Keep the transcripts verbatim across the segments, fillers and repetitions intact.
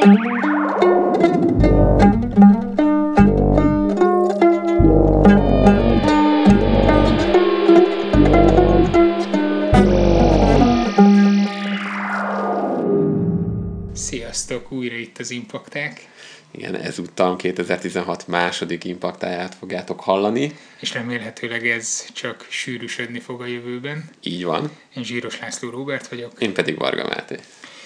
Sziasztok, újra itt az Impakták. Igen, ezúttal kétezer-tizenhat második impaktáját fogjátok hallani. És remélhetőleg ez csak sűrűsödni fog a jövőben. Így van. Én Zsíros László Róbert vagyok. Én pedig Varga Máté.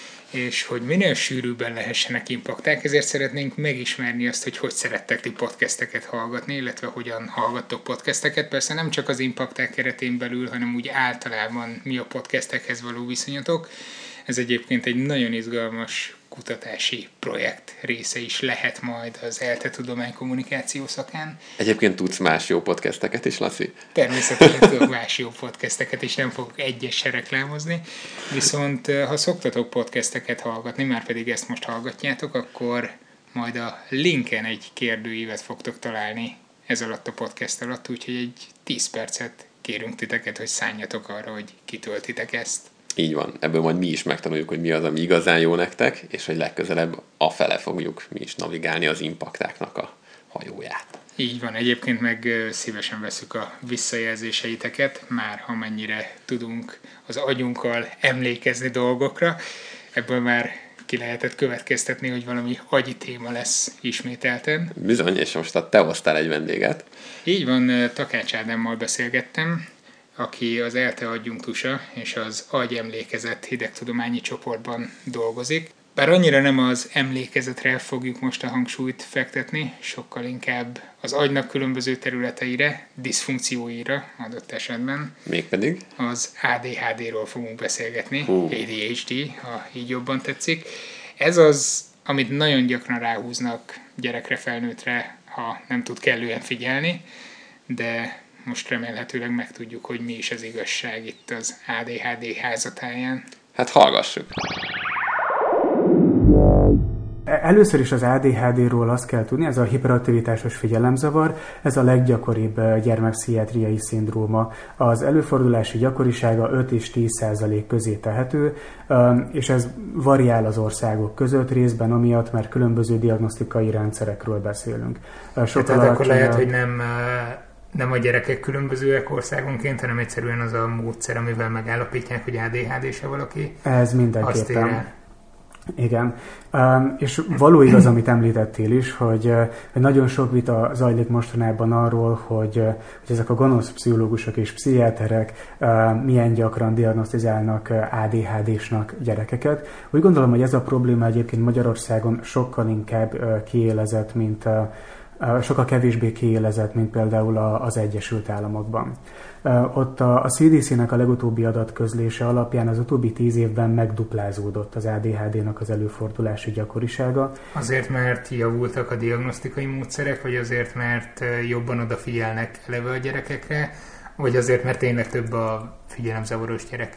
És hogy minél sűrűbben lehessenek impakták, ezért szeretnénk megismerni azt, hogy hogy szerettek ti podcasteket hallgatni, illetve hogyan hallgattok podcasteket. Persze nem csak az impakták keretén belül, hanem úgy általában mi a podcastekhez való viszonyatok. Ez egyébként egy nagyon izgalmas kutatási projekt része is lehet majd az ELTE tudománykommunikáció szakán. Egyébként tudsz más jó podcasteket is, Laci? Természetesen tudok más jó podcasteket, és nem fogok egyes se reklámozni. Viszont ha szoktatok podcasteket hallgatni, már pedig ezt most hallgatjátok, akkor majd a linken egy kérdőívet fogtok találni ez alatt a podcast alatt, úgyhogy egy tíz percet kérünk titeket, hogy szálljatok arra, hogy kitöltitek ezt. Így van, ebből majd mi is megtanuljuk, hogy mi az, ami igazán jó nektek, és hogy legközelebb afele fogjuk mi is navigálni az impaktáknak a hajóját. Így van, egyébként meg szívesen veszük a visszajelzéseiteket, már amennyire tudunk az agyunkkal emlékezni dolgokra. Ebből már ki lehetett következtetni, hogy valami agyi téma lesz ismételten. Bizony, és most te hoztál egy vendéget. Így van, Takács Ádámmal beszélgettem, aki az ELTE adjunktusa és az agyemlékezet hidegtudományi csoportban dolgozik. Bár annyira nem az emlékezetre fogjuk most a hangsúlyt fektetni, sokkal inkább az agynak különböző területeire, diszfunkcióira adott esetben. Mégpedig? Az á dé há dé-ről fogunk beszélgetni, uh. á dé há dé, ha így jobban tetszik. Ez az, amit nagyon gyakran ráhúznak gyerekre, felnőttre, ha nem tud kellően figyelni, de most remélhetőleg megtudjuk, hogy mi is az igazság itt az á dé há dé házatáján. Hát hallgassuk! Először is az á dé há dé-ról azt kell tudni, ez a hiperaktivitásos figyelemzavar, ez a leggyakoribb gyermekpszichiátriai szindróma. Az előfordulási gyakorisága öt és tíz százalék közé tehető, és ez variál az országok között részben amiatt, mert különböző diagnosztikai rendszerekről beszélünk. Sokkal Tehát akkor lehet, hogy nem... nem a gyerekek különbözőek országonként, hanem egyszerűen az a módszer, amivel megállapítják, hogy á dé há dé-se valaki. Ez mindenképpen. Igen. Um, és való igaz, amit említettél is, hogy, hogy nagyon sok vita zajlik mostanában arról, hogy, hogy ezek a gonosz pszichológusok és pszichiáterek uh, milyen gyakran diagnosztizálnak á dé há dé-snak gyerekeket. Úgy gondolom, hogy ez a probléma egyébként Magyarországon sokkal inkább uh, kiélezett, mint uh, sokkal kevésbé kiélezett, mint például az Egyesült Államokban. Ott a cé dé cé-nek a legutóbbi adatközlése alapján az utóbbi tíz évben megduplázódott az á dé há dé-nak az előfordulási gyakorisága. Azért, mert javultak a diagnosztikai módszerek, vagy azért, mert jobban odafigyelnek eleve a gyerekekre, vagy azért, mert tényleg több a figyelemzavaros gyerek?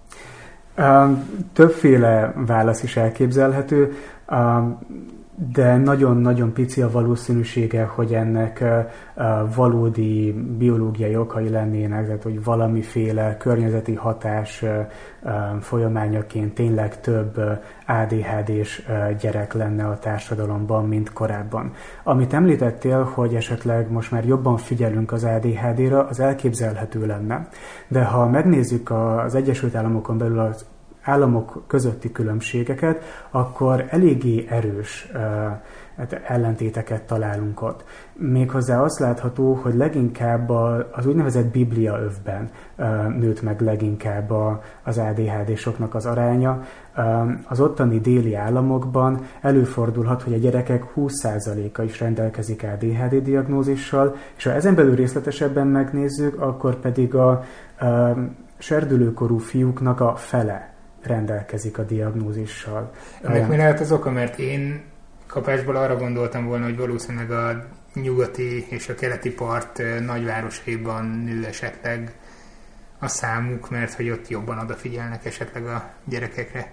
Többféle válasz is elképzelhető, de nagyon-nagyon pici a valószínűsége, hogy ennek valódi biológiai okai lennének, tehát hogy valamiféle környezeti hatás folyamányaként tényleg több á dé há dés gyerek lenne a társadalomban, mint korábban. Amit említettél, hogy esetleg most már jobban figyelünk az á dé há dé-ra, az elképzelhető lenne. De ha megnézzük az Egyesült Államokon belül az államok közötti különbségeket, akkor eléggé erős uh, ellentéteket találunk ott. Méghozzá azt látható, hogy leginkább a, az úgynevezett Biblia övben uh, nőtt meg leginkább a, az á dé há dé-soknak az aránya. Uh, az ottani déli államokban előfordulhat, hogy a gyerekek húsz százaléka is rendelkezik á dé há dé diagnózissal, és ha ezen belül részletesebben megnézzük, akkor pedig a uh, serdülőkorú fiúknak a fele rendelkezik a diagnózissal. Ennek mi lehet az oka? Mert én kapásból arra gondoltam volna, hogy valószínűleg a nyugati és a keleti part nagyvárosaiban nő esetleg a számuk, mert hogy ott jobban odafigyelnek esetleg a gyerekekre.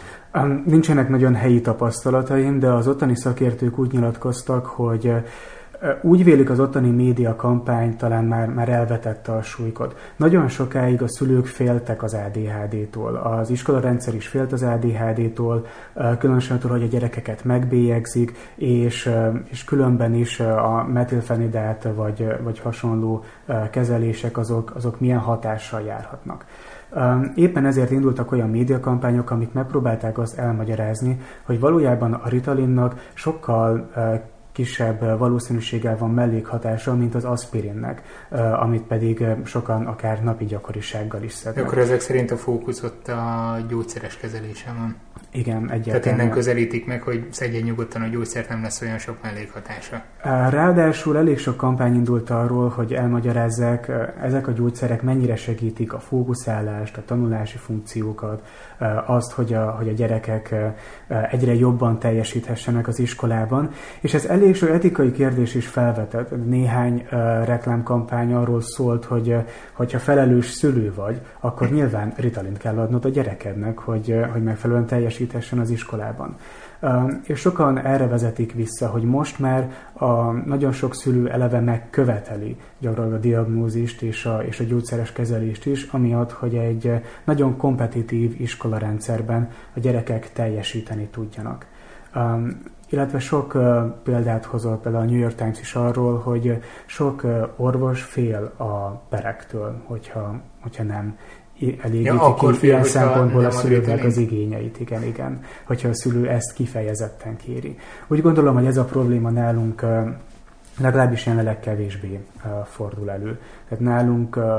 Nincsenek nagyon helyi tapasztalataim, de az ottani szakértők úgy nyilatkoztak, hogy úgy vélik az ottani média kampány talán már, már elvetette a súlykot. Nagyon sokáig a szülők féltek az á dé há dé-tól, az iskolarendszer is félt az á dé há dé-tól, különösen attól, hogy a gyerekeket megbélyegzik, és, és különben is a metilfenidát vagy, vagy hasonló kezelések azok, azok milyen hatással járhatnak. Éppen ezért indultak olyan médiakampányok, amik megpróbálták azt elmagyarázni, hogy valójában a Ritalinnak sokkal kisebb valószínűséggel van mellékhatása, mint az aspirinnek, amit pedig sokan akár napi gyakorisággal is szednek. Akkor ezek szerint a fókusz ott a gyógyszeres kezelésen van. Igen, egyáltalán. Tehát innen közelítik meg, hogy szedjen nyugodtan a gyógyszert, nem lesz olyan sok mellékhatása. Ráadásul elég sok kampány indult arról, hogy elmagyarázzák, ezek a gyógyszerek mennyire segítik a fókuszálást, a tanulási funkciókat, azt, hogy a, hogy a gyerekek egyre jobban teljesíthessenek az iskolában. És ez elég sok etikai kérdés is felvetett. Néhány reklámkampány arról szólt, hogy hogyha felelős szülő vagy, akkor nyilván Ritalint kell adnod a gyerekednek, hogy, hogy megfelelően teljesíthessen az iskolában. És sokan erre vezetik vissza, hogy most már a nagyon sok szülő eleve megköveteli gyakorlatilag a diagnózist és a, és a gyógyszeres kezelést is, amiatt, hogy egy nagyon kompetitív iskolarendszerben a gyerekek teljesíteni tudjanak. Um, illetve sok uh, példát hozott például a New York Times is arról, hogy sok uh, orvos fél a perektől, hogyha, hogyha nem elégíti ja, ki ilyen szempontból a szülőknek az igényeit. Igen, igen, hogyha a szülő ezt kifejezetten kéri. Úgy gondolom, hogy ez a probléma nálunk uh, legalábbis jelenleg kevésbé uh, fordul elő. Tehát nálunk uh,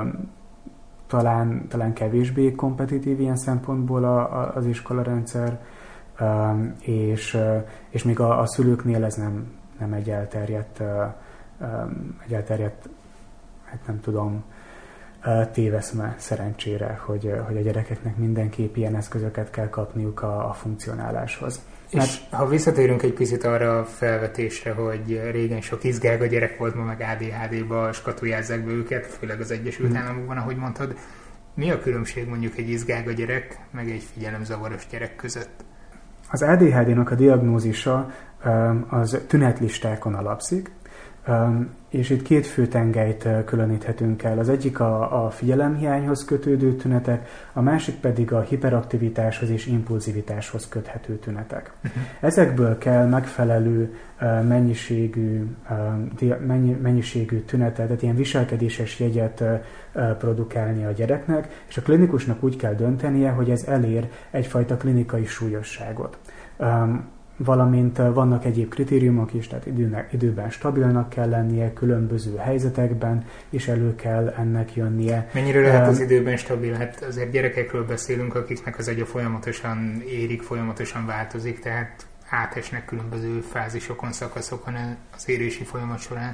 talán, talán kevésbé kompetitív ilyen szempontból a, a, az iskolarendszer, Um, és, uh, és még a, a szülőknél ez nem, nem egy elterjedt, uh, um, egy elterjedt, hát nem tudom, uh, téveszme szerencsére, hogy, uh, hogy a gyerekeknek mindenképp ilyen eszközöket kell kapniuk a, a funkcionáláshoz. És hát, ha visszatérünk egy picit arra a felvetésre, hogy régen sok izgága gyerek volt, ma meg á dé há dé-ba skatujázzák be őket, főleg az Egyesült Államokban, ahogy mondtad, mi a különbség mondjuk egy izgága gyerek, meg egy figyelemzavaros gyerek között? Az á dé há dé-nak a diagnózisa az tünetlistákon alapszik, és itt két fő tengelyt különíthetünk el. Az egyik a, a figyelemhiányhoz kötődő tünetek, a másik pedig a hiperaktivitáshoz és impulzivitáshoz köthető tünetek. Uh-huh. Ezekből kell megfelelő mennyiségű, mennyiségű tünetet, tehát ilyen viselkedéses jegyet produkálni a gyereknek, és a klinikusnak úgy kell döntenie, hogy ez elér egyfajta klinikai súlyosságot. Valamint vannak egyéb kritériumok is, tehát időnek, időben stabilnak kell lennie, különböző helyzetekben, és elő kell ennek jönnie. Mennyire lehet az időben stabil? Hát azért gyerekekről beszélünk, akiknek az agya folyamatosan érik, folyamatosan változik, tehát átesnek különböző fázisokon, szakaszokon az érési folyamat során.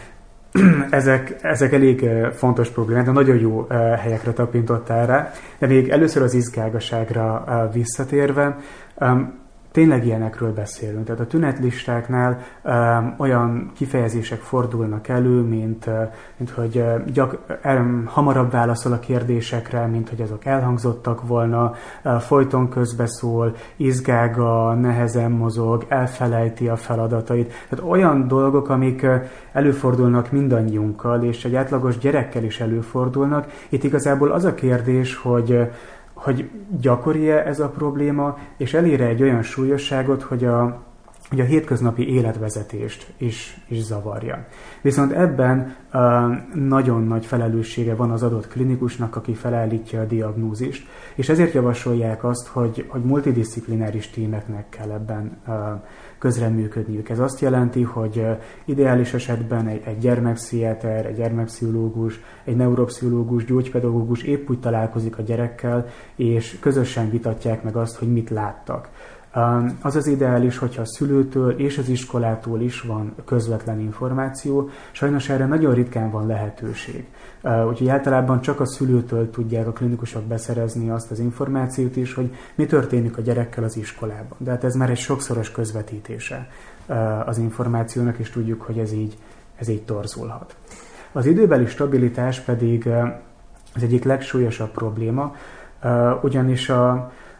Ezek, ezek elég fontos problémák, de nagyon jó helyekre tapintottál rá. De még először az izgágaságra visszatérve, tényleg ilyenekről beszélünk. Tehát a tünetlistáknál um, olyan kifejezések fordulnak elő, mint, uh, mint hogy uh, gyak, um, hamarabb válaszol a kérdésekre, mint hogy azok elhangzottak volna, uh, folyton közbeszól, izgága, nehezen mozog, elfelejti a feladatait. Tehát olyan dolgok, amik uh, előfordulnak mindannyiunkkal, és egy átlagos gyerekkel is előfordulnak. Itt igazából az a kérdés, hogy uh, hogy gyakori-e ez a probléma, és elér egy olyan súlyosságot, hogy a, hogy a hétköznapi életvezetést is, is zavarja. Viszont ebben uh, nagyon nagy felelőssége van az adott klinikusnak, aki felállítja a diagnózist, és ezért javasolják azt, hogy, hogy multidisziplináris tímeknek kell ebben uh, közreműködniük. Ez azt jelenti, hogy uh, ideális esetben egy, egy gyermekpszichiáter, egy gyermekpszichológus, egy neuropszichológus, gyógypedagógus épp úgy találkozik a gyerekkel, és közösen vitatják meg azt, hogy mit láttak. Az az ideális, hogyha a szülőtől és az iskolától is van közvetlen információ, sajnos erre nagyon ritkán van lehetőség. Úgyhogy általában csak a szülőtől tudják a klinikusok beszerezni azt az információt is, hogy mi történik a gyerekkel az iskolában. De hát ez már egy sokszoros közvetítése az információnak, és tudjuk, hogy ez így, ez így torzulhat. Az időbeli stabilitás pedig az egyik legsúlyosabb probléma, ugyanis a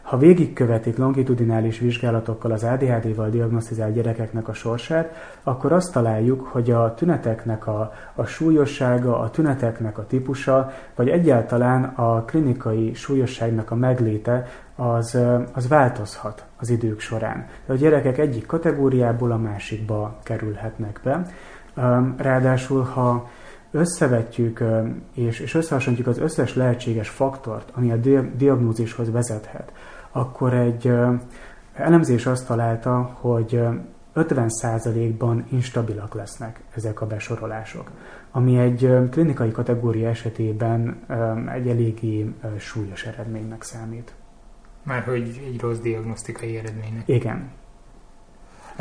Ha végigkövetik longitudinális vizsgálatokkal az á dé há dé-val diagnosztizált gyerekeknek a sorsát, akkor azt találjuk, hogy a tüneteknek a, a súlyossága, a tüneteknek a típusa, vagy egyáltalán a klinikai súlyosságnak a megléte az, az változhat az idők során. De a gyerekek egyik kategóriából a másikba kerülhetnek be. Ráadásul, ha összevetjük és, és összehasonlítjuk az összes lehetséges faktort, ami a diagnózishoz vezethet, akkor egy elemzés azt találta, hogy ötven százalékban instabilak lesznek ezek a besorolások, ami egy klinikai kategória esetében egy eléggé súlyos eredménynek számít. Márhogy egy rossz diagnosztikai eredménynek. Igen. Uh,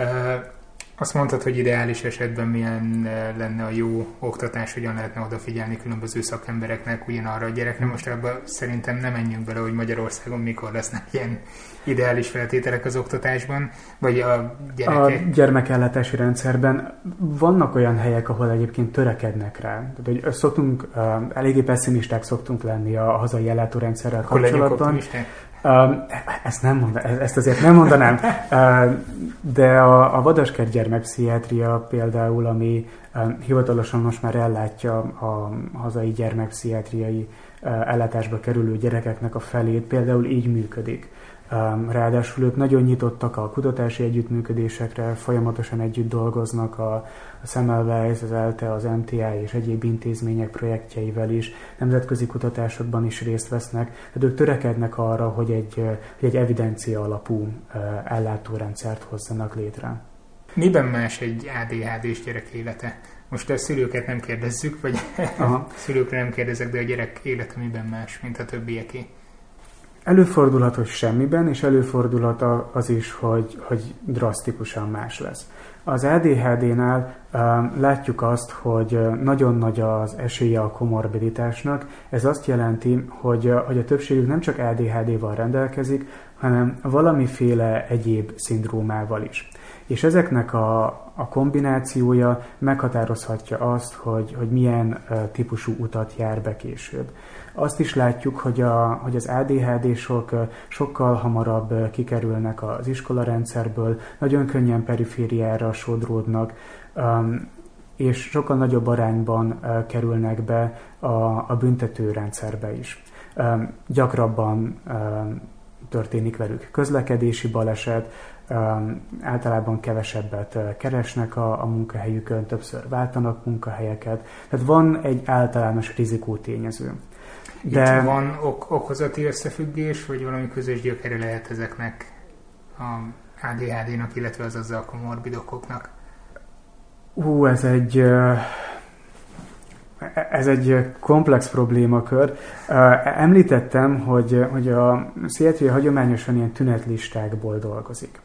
azt mondtad, hogy ideális esetben milyen lenne a jó oktatás, hogyan lehetne odafigyelni különböző szakembereknek ugyanarra a gyerekre. Most ebben szerintem nem menjünk bele, hogy Magyarországon mikor lesznek ilyen ideális feltételek az oktatásban, vagy a gyerekek. A gyermekellátási rendszerben vannak olyan helyek, ahol egyébként törekednek rá. Tehát, hogy szoktunk, eléggé pessimisták szoktunk lenni a hazai ellátórendszerrel kapcsolatban. Uh, ezt, nem mond, ezt azért nem mondanám, uh, de a, a Vadaskert gyermekpszichiátria például, ami um, hivatalosan most már ellátja a hazai gyermekpszichiátriai uh, ellátásba kerülő gyerekeknek a felét, például így működik. Um, ráadásul ők nagyon nyitottak a kutatási együttműködésekre, folyamatosan együtt dolgoznak a, a Semmelweis, az ELTE, az em té i és egyéb intézmények projektjeivel is, nemzetközi kutatásokban is részt vesznek, tehát ők törekednek arra, hogy egy, hogy egy evidencia alapú uh, ellátórendszert hozzanak létre. Miben más egy á dé há dés gyerek élete? Most a szülőket nem kérdezzük, vagy a szülőkre nem kérdezek, de a gyerek élete miben más, mint a többieké? Előfordulhat, hogy semmiben, és előfordulhat az is, hogy, hogy drasztikusan más lesz. Az á dé há dé-nál uh, látjuk azt, hogy nagyon nagy az esélye a komorbiditásnak. Ez azt jelenti, hogy, hogy a többségük nem csak á dé há dé-val rendelkezik, hanem valamiféle egyéb szindrómával is. És ezeknek a, a kombinációja meghatározhatja azt, hogy, hogy milyen uh, típusú utat jár be később. Azt is látjuk, hogy, a, hogy az á dé há désok sokkal hamarabb kikerülnek az iskolarendszerből, nagyon könnyen perifériára sodródnak, um, és sokkal nagyobb arányban uh, kerülnek be a, a büntetőrendszerbe is. Um, gyakrabban um, történik velük közlekedési baleset, um, általában kevesebbet uh, keresnek a, a munkahelyükön, többször váltanak munkahelyeket, tehát van egy általános rizikótényező. De... Itt van ok- okozati összefüggés, vagy valami közös gyökere lehet ezeknek a á dé há dé-nak, illetve az azzal komorbid okoknak? Hú, ez egy, ez egy komplex problémakör. Említettem, hogy, hogy a pszichiátria hagyományosan ilyen tünetlistákból dolgozik.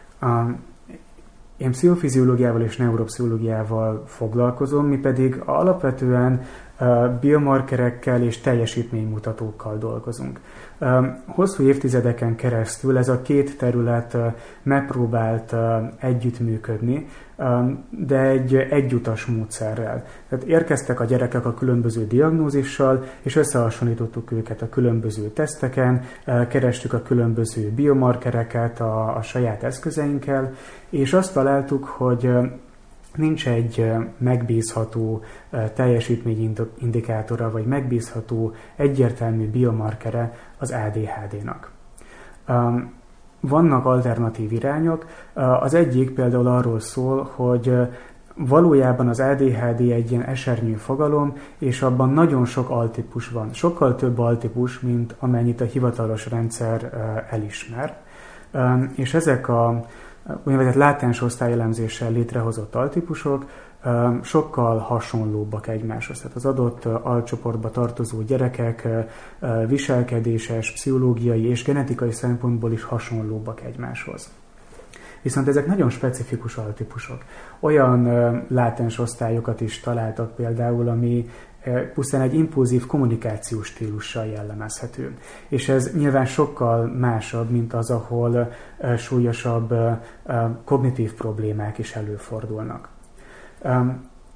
Én pszichofiziológiával és neuropszichológiával foglalkozom, mi pedig alapvetően biomarkerekkel és teljesítménymutatókkal dolgozunk. Hosszú évtizedeken keresztül ez a két terület megpróbált együttműködni, de egy egyutas módszerrel. Tehát érkeztek a gyerekek a különböző diagnózissal, és összehasonlítottuk őket a különböző teszteken, kerestük a különböző biomarkereket a, a saját eszközeinkkel, és azt találtuk, hogy nincs egy megbízható teljesítményindikátora, vagy megbízható egyértelmű biomarkere az á dé há dé-nak. Vannak alternatív irányok. Az egyik például arról szól, hogy valójában az á dé há dé egy ilyen esernyő fogalom, és abban nagyon sok altípus van. Sokkal több altípus, mint amennyit a hivatalos rendszer elismer. És ezek a úgynevezett látens osztályelemzéssel létrehozott altípusok sokkal hasonlóbbak egymáshoz. Tehát az adott alcsoportba tartozó gyerekek viselkedéses, pszichológiai és genetikai szempontból is hasonlóbbak egymáshoz. Viszont ezek nagyon specifikus altípusok. Olyan látens osztályokat is találtak például, ami pusztán egy impulzív kommunikációs stílussal jellemezhető. És ez nyilván sokkal másabb, mint az, ahol súlyosabb kognitív problémák is előfordulnak.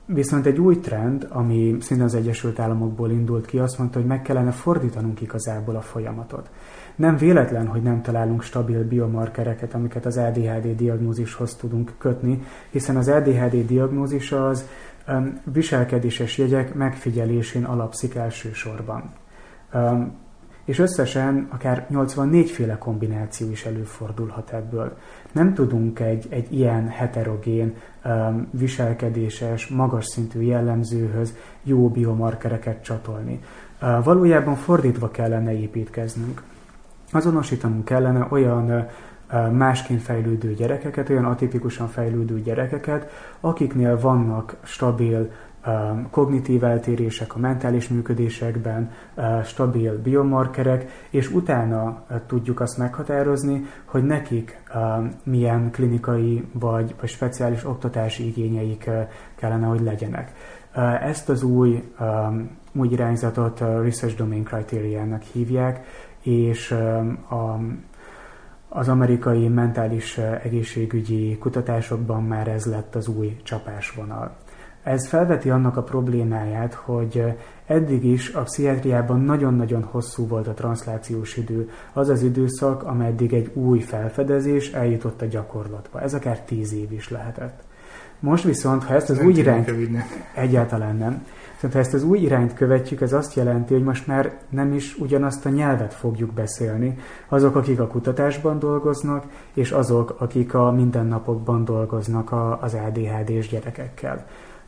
Viszont egy új trend, ami szinte az Egyesült Államokból indult ki, azt mondta, hogy meg kellene fordítanunk igazából a folyamatot. Nem véletlen, hogy nem találunk stabil biomarkereket, amiket az á dé há dé diagnózishoz tudunk kötni, hiszen az á dé há dé diagnózisa az um, viselkedéses jegyek megfigyelésén alapszik elsősorban. Um, és összesen akár nyolcvannégy féle kombináció is előfordulhat ebből. Nem tudunk egy, egy ilyen heterogén, um, viselkedéses, magas szintű jellemzőhöz jó biomarkereket csatolni. Uh, valójában fordítva kellene építkeznünk. Azonosítanunk kellene olyan uh, másként fejlődő gyerekeket, olyan atipikusan fejlődő gyerekeket, akiknél vannak stabil kognitív eltérések a mentális működésekben, stabil biomarkerek, és utána tudjuk azt meghatározni, hogy nekik milyen klinikai vagy, vagy speciális oktatási igényeik kellene, hogy legyenek. Ezt az új, új irányzatot Research Domain Criteria-nek hívják, és a az amerikai mentális egészségügyi kutatásokban már ez lett az új csapásvonal. Ez felveti annak a problémáját, hogy eddig is a pszichiátriában nagyon-nagyon hosszú volt a transzlációs idő, az az időszak, ameddig egy új felfedezés eljutott a gyakorlatba. Ez akár tíz év is lehetett. Most viszont, ha ezt az új irányt... Egyáltalán nem. Szóval, ha ezt az új irányt követjük, ez azt jelenti, hogy most már nem is ugyanazt a nyelvet fogjuk beszélni. Azok, akik a kutatásban dolgoznak, és azok, akik a mindennapokban dolgoznak az á dé há dés gyerekekkel.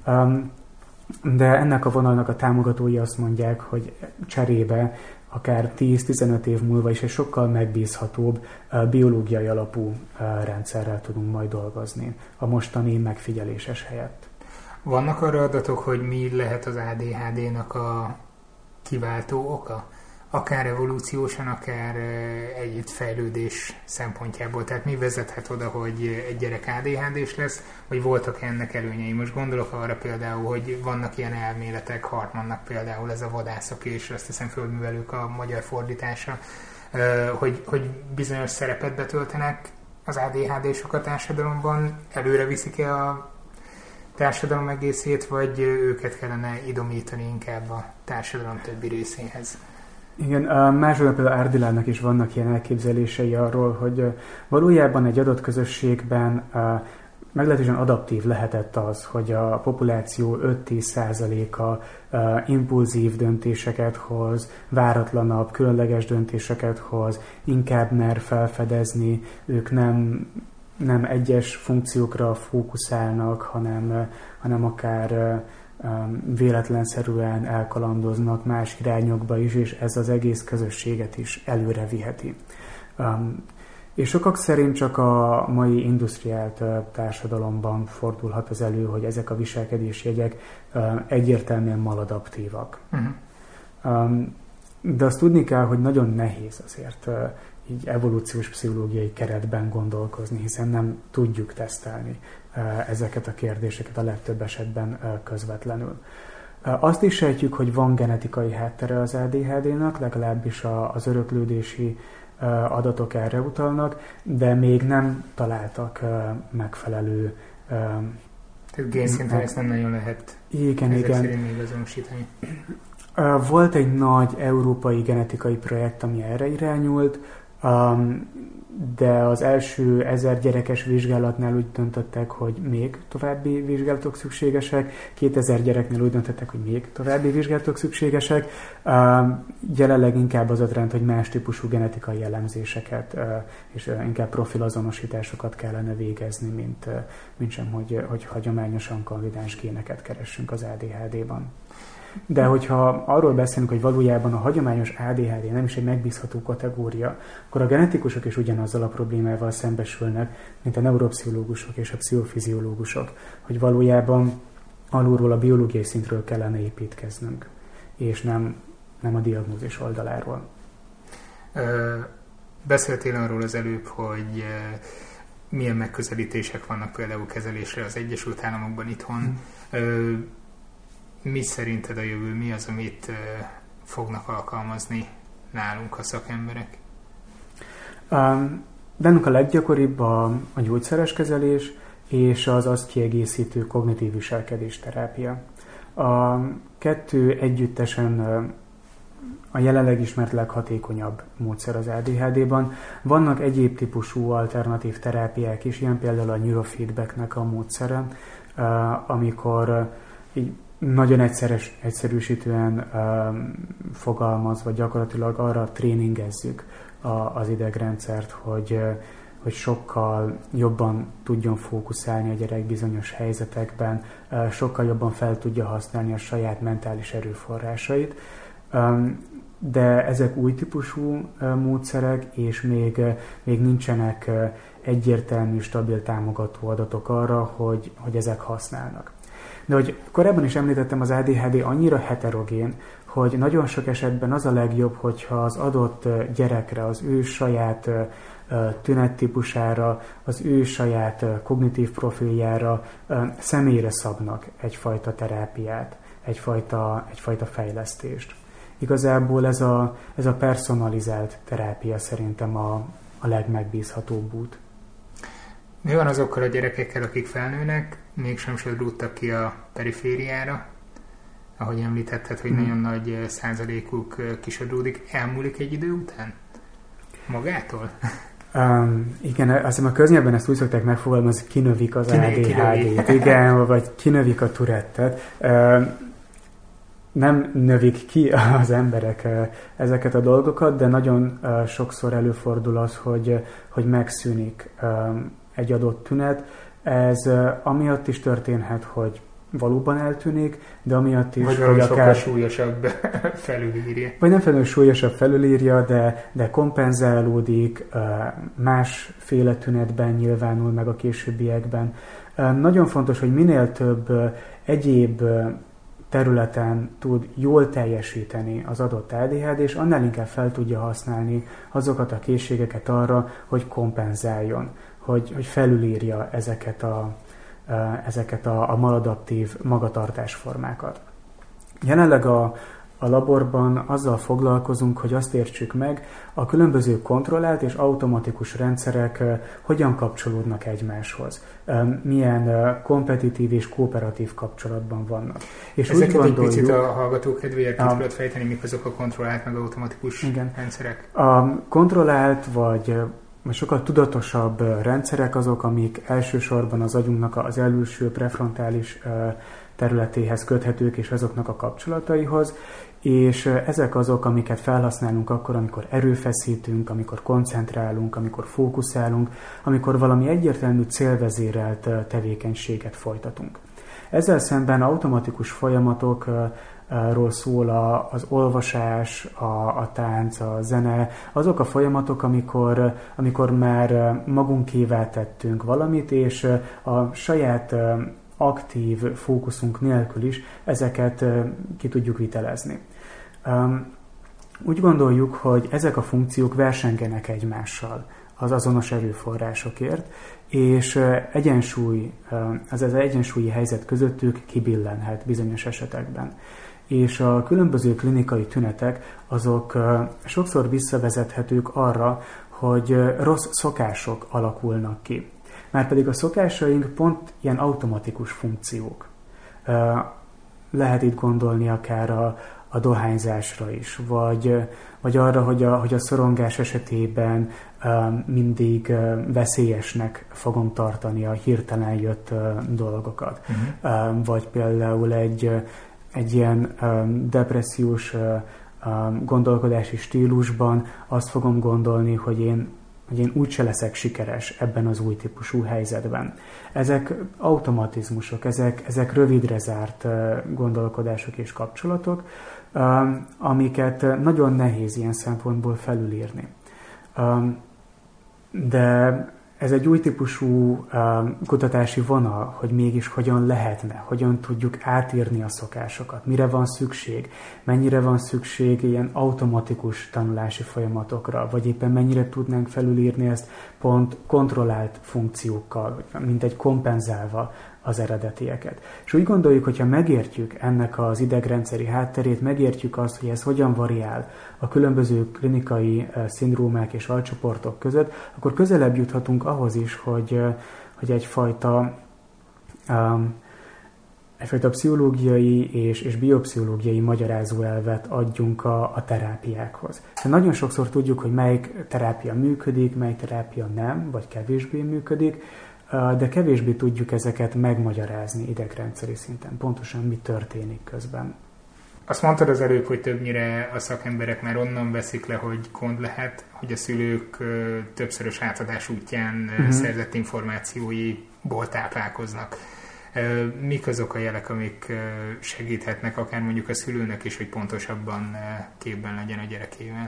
De ennek a vonalnak a támogatói azt mondják, hogy cserébe akár tíz-tizenöt év múlva is egy sokkal megbízhatóbb biológiai alapú rendszerrel tudunk majd dolgozni a mostani megfigyeléses helyett. Vannak arra adatok, hogy mi lehet az á dé há dénak a kiváltó oka? Akár evolúciósan, akár együttfejlődés szempontjából. Tehát mi vezethet oda, hogy egy gyerek á dé há dés lesz, vagy voltak ennek előnyei? Most gondolok arra például, hogy vannak ilyen elméletek, Hartmannnak például ez a vadászok, és azt hiszem földművelők a magyar fordítása, hogy, hogy bizonyos szerepet betöltenek az á dé há désok a társadalomban, előre viszik-e a társadalom egészét, vagy őket kellene idomítani inkább a társadalom többi részéhez? Igen, másodban például Ardilának is vannak ilyen elképzelései arról, hogy valójában egy adott közösségben meglehetősen adaptív lehetett az, hogy a populáció öt-tíz százaléka impulzív döntéseket hoz, váratlanabb, különleges döntéseket hoz, inkább mer felfedezni, ők nem, nem egyes funkciókra fókuszálnak, hanem, hanem akár véletlenszerűen elkalandoznak más irányokba is, és ez az egész közösséget is előre viheti. És sokak szerint csak a mai industriált társadalomban fordulhat az elő, hogy ezek a viselkedési jegyek egyértelműen maladaptívak. Uh-huh. De azt tudni kell, hogy nagyon nehéz azért így evolúciós pszichológiai keretben gondolkozni, hiszen nem tudjuk tesztelni ezeket a kérdéseket a legtöbb esetben közvetlenül. Azt is sejtjük, hogy van genetikai háttere az á dé há dénak, legalábbis az öröklődési adatok erre utalnak, de még nem találtak megfelelő... Tehát génszinten ezt nem nagyon lehet igen, ezek igen. szerint még azonosítani. Volt egy nagy európai genetikai projekt, ami erre irányult, de az első ezer gyerekes vizsgálatnál úgy döntöttek, hogy még további vizsgálatok szükségesek, kétezer gyereknél úgy döntöttek, hogy még további vizsgálatok szükségesek. Jelenleg inkább az a trend, hogy más típusú genetikai elemzéseket és inkább profilazonosításokat kellene végezni, mint, mint sem, hogy, hogy hagyományosan kandidáns géneket keressünk az á dé há dé-ban. De hogyha arról beszélünk, hogy valójában a hagyományos á dé há dé nem is egy megbízható kategória, akkor a genetikusok is ugyanazzal a problémával szembesülnek, mint a neuropszichológusok és a pszichofiziológusok, hogy valójában alulról a biológiai szintről kellene építkeznünk, és nem, nem a diagnózis oldaláról. Ö, beszéltél arról az előbb, hogy milyen megközelítések vannak például kezelésre az Egyesült Államokban, itthon. Ö, Mi szerinted a jövő? Mi az, amit uh, fognak alkalmazni nálunk a szakemberek? Um, bennünk a leggyakoribb a, a gyógyszeres kezelés, és az azt kiegészítő kognitív viselkedésterápia. A kettő együttesen a jelenleg ismert leghatékonyabb módszer az á dé há dé-ban. Vannak egyéb típusú alternatív terápiák is, ilyen például a neurofeedbacknek a módszere, amikor így nagyon egyszeres, egyszerűsítően fogalmazva gyakorlatilag arra tréningezzük az idegrendszert, hogy, hogy sokkal jobban tudjon fókuszálni a gyerek bizonyos helyzetekben, sokkal jobban fel tudja használni a saját mentális erőforrásait. De ezek új típusú módszerek, és még, még nincsenek egyértelmű, stabil támogató adatok arra, hogy, hogy ezek használnak. De hogy korábban is említettem, az á dé há dé annyira heterogén, hogy nagyon sok esetben az a legjobb, hogyha az adott gyerekre, az ő saját tünettípusára, az ő saját kognitív profiljára, személyre szabnak egyfajta terápiát, egyfajta, egyfajta fejlesztést. Igazából ez a, ez a personalizált terápia szerintem a, a legmegbízhatóbb út. Mi van azokkal a gyerekekkel, akik felnőnek, mégsem sodródtak ki a perifériára? Ahogy említetted, hogy hmm. nagyon nagy százalékuk kisodródik, elmúlik egy idő után? Magától? Um, igen, azt hiszem a köznyelben ezt úgy szokták megfogalmazni, kinövik az á dé há dét, igen, vagy kinövik a Tourettet. Um, nem növik ki az emberek ezeket a dolgokat, de nagyon sokszor előfordul az, hogy, hogy megszűnik egy adott tünet. Ez amiatt is történhet, hogy valóban eltűnik, de amiatt is, vagy hogy akár súlyosabb felülírja. Vagy nem felül súlyosabb felülírja, de, de kompenzálódik, másféle tünetben nyilvánul meg a későbbiekben. Nagyon fontos, hogy minél több egyéb területen tud jól teljesíteni az adott á dé há dé, és annál inkább fel tudja használni azokat a készségeket arra, hogy kompenzáljon, hogy, hogy felülírja ezeket a, ezeket a, a maladaptív magatartásformákat. Jelenleg a, a laborban azzal foglalkozunk, hogy azt értsük meg, a különböző kontrollált és automatikus rendszerek hogyan kapcsolódnak egymáshoz. Milyen kompetitív és kooperatív kapcsolatban vannak. És ezeket úgy egy picit a hallgató kedvéért ki tudod fejteni, mik azok a kontrollált meg automatikus igen. rendszerek? A kontrollált vagy sokkal tudatosabb rendszerek azok, amik elsősorban az agyunknak az előső prefrontális területéhez köthetők, és azoknak a kapcsolataihoz, és ezek azok, amiket felhasználunk akkor, amikor erőfeszítünk, amikor koncentrálunk, amikor fókuszálunk, amikor valami egyértelmű célvezérelt tevékenységet folytatunk. Ezzel szemben automatikus folyamatokról szól az olvasás, a, a tánc, a zene, azok a folyamatok, amikor, amikor már magunkévá tettünk valamit, és a saját aktív fókuszunk nélkül is ezeket ki tudjuk vitelezni. Úgy gondoljuk, hogy ezek a funkciók versengenek egymással az azonos erőforrásokért, és egyensúly, az az egyensúlyi helyzet közöttük kibillenhet bizonyos esetekben. És a különböző klinikai tünetek azok sokszor visszavezethetők arra, hogy rossz szokások alakulnak ki. Márpedig a szokásaink pont ilyen automatikus funkciók. Lehet itt gondolni akár a, a dohányzásra is, vagy, vagy arra, hogy a, hogy a szorongás esetében mindig veszélyesnek fogom tartani a hirtelen jött dolgokat. Uh-huh. Vagy például egy, egy ilyen depressziós gondolkodási stílusban azt fogom gondolni, hogy én hogy én úgyse leszek sikeres ebben az új típusú helyzetben. Ezek automatizmusok, ezek, ezek rövidre zárt gondolkodások és kapcsolatok, amiket nagyon nehéz ilyen szempontból felülírni. De ez egy új típusú kutatási vonal, hogy mégis hogyan lehetne, hogyan tudjuk átírni a szokásokat, mire van szükség, mennyire van szükség ilyen automatikus tanulási folyamatokra, vagy éppen mennyire tudnánk felülírni ezt pont kontrollált funkciókkal, mint egy kompenzálva az eredetieket. És úgy gondoljuk, hogyha megértjük ennek az idegrendszeri hátterét, megértjük azt, hogy ez hogyan variál a különböző klinikai szindrómák és alcsoportok között, akkor közelebb juthatunk ahhoz is, hogy, hogy egyfajta um, egyfajta pszichológiai és, és biopszichológiai magyarázóelvet adjunk a, a terápiákhoz. De nagyon sokszor tudjuk, hogy melyik terápia működik, melyik terápia nem, vagy kevésbé működik, de kevésbé tudjuk ezeket megmagyarázni idegrendszeri szinten. Pontosan mi történik közben. Azt mondtad az előbb, hogy többnyire a szakemberek már onnan veszik le, hogy gond lehet, hogy a szülők többszörös átadás útján mm-hmm. szerzett információiból táplálkoznak. Mik azok a jelek, amik segíthetnek akár mondjuk a szülőnek is, hogy pontosabban képben legyen a gyerekével?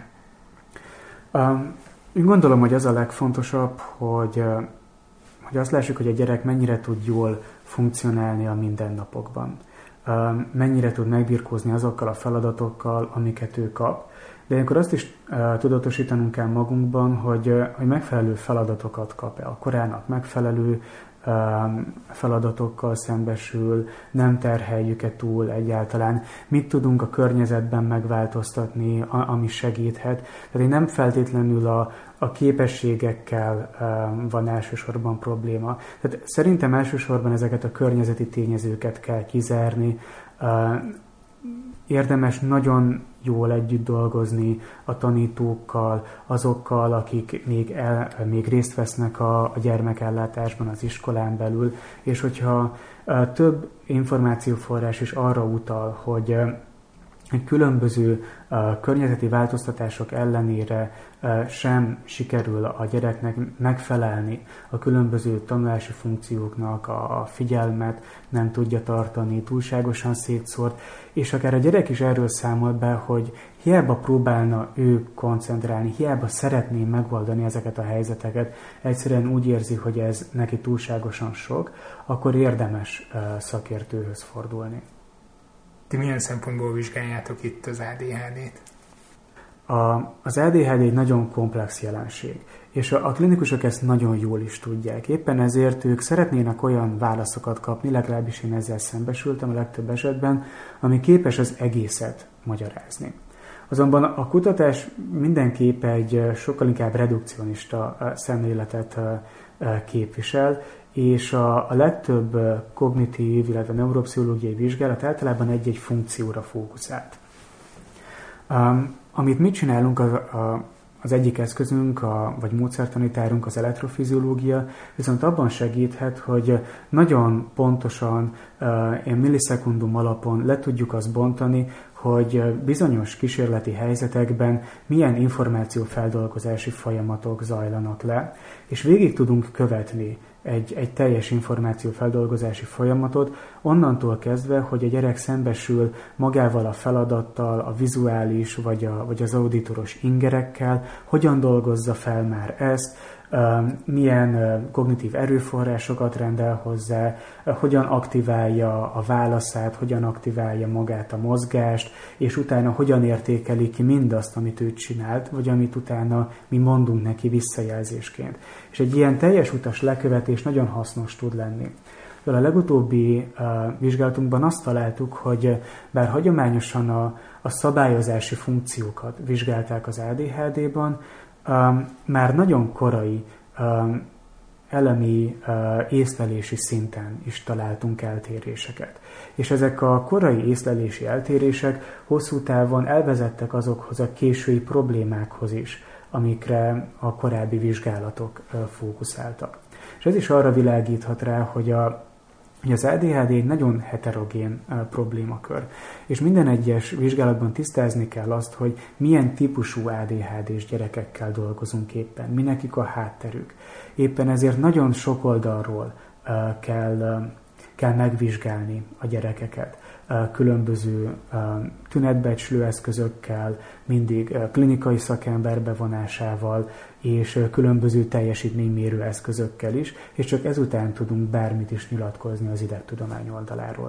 Úgy gondolom, hogy az a legfontosabb, hogy, hogy azt lássuk, hogy a gyerek mennyire tud jól funkcionálni a mindennapokban. Mennyire tud megbirkózni azokkal a feladatokkal, amiket ő kap. De ilyenkor azt is uh, tudatosítanunk kell magunkban, hogy, uh, hogy megfelelő feladatokat kap-e. A korának megfelelő uh, feladatokkal szembesül, nem terheljük-e túl egyáltalán. Mit tudunk a környezetben megváltoztatni, a, ami segíthet. Tehát nem feltétlenül a, a képességekkel uh, van elsősorban probléma. Tehát szerintem elsősorban ezeket a környezeti tényezőket kell kizárni. Uh, érdemes nagyon jól együtt dolgozni a tanítókkal, azokkal, akik még, el, még részt vesznek a, a gyermekellátásban az iskolán belül, és hogyha uh, több információforrás is arra utal, hogy uh, hogy különböző uh, környezeti változtatások ellenére uh, sem sikerül a gyereknek megfelelni a különböző tanulási funkcióknak, a, a figyelmet nem tudja tartani, túlságosan szétszórt, és akár a gyerek is erről számol be, hogy hiába próbálna ő koncentrálni, hiába szeretné megoldani ezeket a helyzeteket, egyszerűen úgy érzi, hogy ez neki túlságosan sok, akkor érdemes uh, szakértőhöz fordulni. Ti milyen szempontból vizsgáljátok itt az á dé há dét? A, az á dé há dé egy nagyon komplex jelenség, és a, a klinikusok ezt nagyon jól is tudják. Éppen ezért ők szeretnének olyan válaszokat kapni, legalábbis én ezzel szembesültem a legtöbb esetben, ami képes az egészet magyarázni. Azonban a kutatás mindenképp egy sokkal inkább redukcionista szemléletet képvisel, és a, a legtöbb kognitív, illetve neuropszichológiai vizsgálat általában egy-egy funkcióra fókuszált. Um, amit mi csinálunk, az, a, az egyik eszközünk, a, vagy módszertanítárunk, az elektrofiziológia, viszont abban segíthet, hogy nagyon pontosan, uh, ilyen millisekundum alapon le tudjuk azt bontani, hogy bizonyos kísérleti helyzetekben milyen információfeldolgozási folyamatok zajlanak le, és végig tudunk követni egy, egy teljes információfeldolgozási folyamatot, onnantól kezdve, hogy a gyerek szembesül magával a feladattal, a vizuális vagy, a, vagy az auditoros ingerekkel, hogyan dolgozza fel már ezt, milyen kognitív erőforrásokat rendel hozzá, hogyan aktiválja a válaszát, hogyan aktiválja magát a mozgást, és utána hogyan értékeli ki mindazt, amit ő csinált, vagy amit utána mi mondunk neki visszajelzésként. És egy ilyen teljes utas lekövetés nagyon hasznos tud lenni. A legutóbbi uh, vizsgálatunkban azt találtuk, hogy bár hagyományosan a, a szabályozási funkciókat vizsgálták az á dé há dé-ban, Um, már nagyon korai um, elemi uh, észlelési szinten is találtunk eltéréseket. És ezek a korai észlelési eltérések hosszú távon elvezettek azokhoz a késői problémákhoz is, amikre a korábbi vizsgálatok uh, fókuszáltak. És ez is arra világíthat rá, hogy a hogy az á dé há dé egy nagyon heterogén uh, problémakör, és minden egyes vizsgálatban tisztázni kell azt, hogy milyen típusú á dé há dés gyerekekkel dolgozunk éppen, mi nekik a hátterük. Éppen ezért nagyon sok oldalról uh, kell, uh, kell megvizsgálni a gyerekeket. Uh, különböző uh, tünetbecslő eszközökkel, mindig uh, klinikai szakember bevonásával, és uh, különböző teljesítménymérő eszközökkel is, és csak ezután tudunk bármit is nyilatkozni az idegtudomány oldaláról.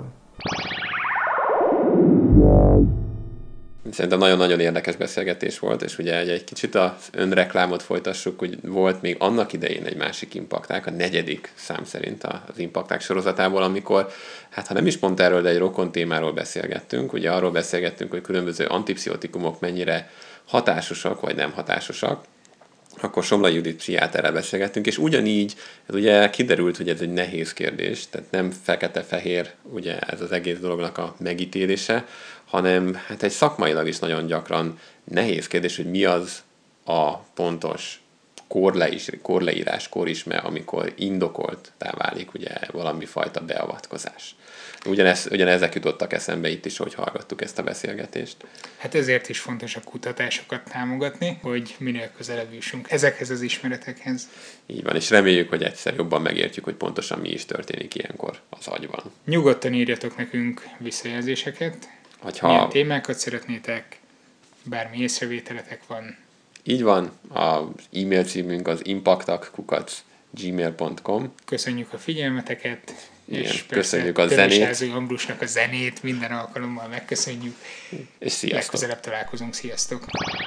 Szerintem nagyon-nagyon érdekes beszélgetés volt, és ugye egy kicsit az önreklámot folytassuk, hogy volt még annak idején egy másik impakták, a negyedik szám szerint az impakták sorozatából, amikor, hát ha nem is pont erről, de egy rokon témáról beszélgettünk, ugye arról beszélgettünk, hogy különböző antipszichotikumok mennyire hatásosak vagy nem hatásosak, akkor Somlai Judit pszichiáterrel beszélgettünk, és ugyanígy, ez ugye kiderült, hogy ez egy nehéz kérdés, tehát nem fekete-fehér ugye ez az egész dolognak a megítélése, hanem hát egy szakmailag is nagyon gyakran nehéz kérdés, hogy mi az a pontos korleírás, korleírás, korisme, amikor indokolttá válik ugye valami fajta beavatkozás. Ugyanez, ugyanezek jutottak eszembe itt is, hogy hallgattuk ezt a beszélgetést. Hát ezért is fontos a kutatásokat támogatni, hogy minél közelebb jussunk ezekhez az ismeretekhez. Így van, és reméljük, hogy egyszer jobban megértjük, hogy pontosan mi is történik ilyenkor az agyban. Nyugodtan írjatok nekünk visszajelzéseket, Hogyha... milyen témákat szeretnétek, bármi észrevételetek van. Így van, az e-mail címünk az impaktak kukac gmail pont com. Köszönjük a figyelmeteket, igen, és köszönjük a zenét. Tömés Ambrusnak a zenét minden alkalommal megköszönjük. És sziasztok! Legközelebb találkozunk, sziasztok!